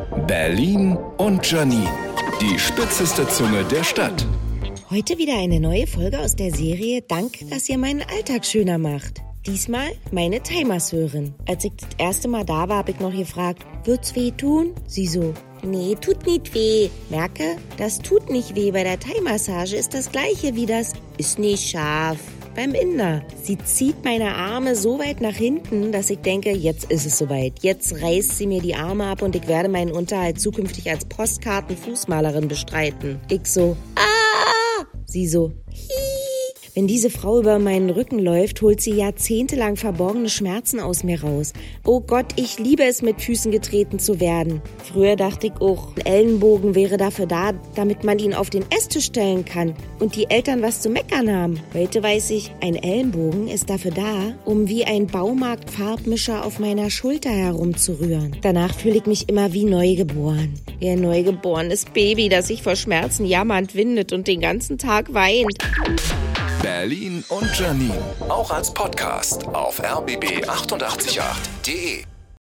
Berlin und Janine, die spitzeste Zunge der Stadt. Heute wieder eine neue Folge aus der Serie Dank, dass ihr meinen Alltag schöner macht. Diesmal meine Thai-Masseurin. Als ich das erste Mal da war, habe ich noch gefragt, wird's weh tun? Sie so, nee, tut nicht weh. Merke, das tut nicht weh. Bei der Thai-Massage ist das gleiche wie das ist nicht scharf beim Inder. Sie zieht meine Arme so weit nach hinten, dass ich denke, jetzt ist es soweit. Jetzt reißt sie mir die Arme ab und ich werde meinen Unterhalt zukünftig als Postkarten-Fußmalerin bestreiten. Ich so, Sie so, Wenn diese Frau über meinen Rücken läuft, holt sie jahrzehntelang verborgene Schmerzen aus mir raus. Oh Gott, ich liebe es, mit Füßen getreten zu werden. Früher dachte ich auch, ein Ellenbogen wäre dafür da, damit man ihn auf den Esstisch stellen kann und die Eltern was zu meckern haben. Heute weiß ich, ein Ellenbogen ist dafür da, um wie ein Baumarkt-Farbmischer auf meiner Schulter herumzurühren. Danach fühle ich mich immer wie neugeboren. Wie ein neugeborenes Baby, das sich vor Schmerzen jammernd windet und den ganzen Tag weint. Berlin und Janine, auch als Podcast auf rbb888.de.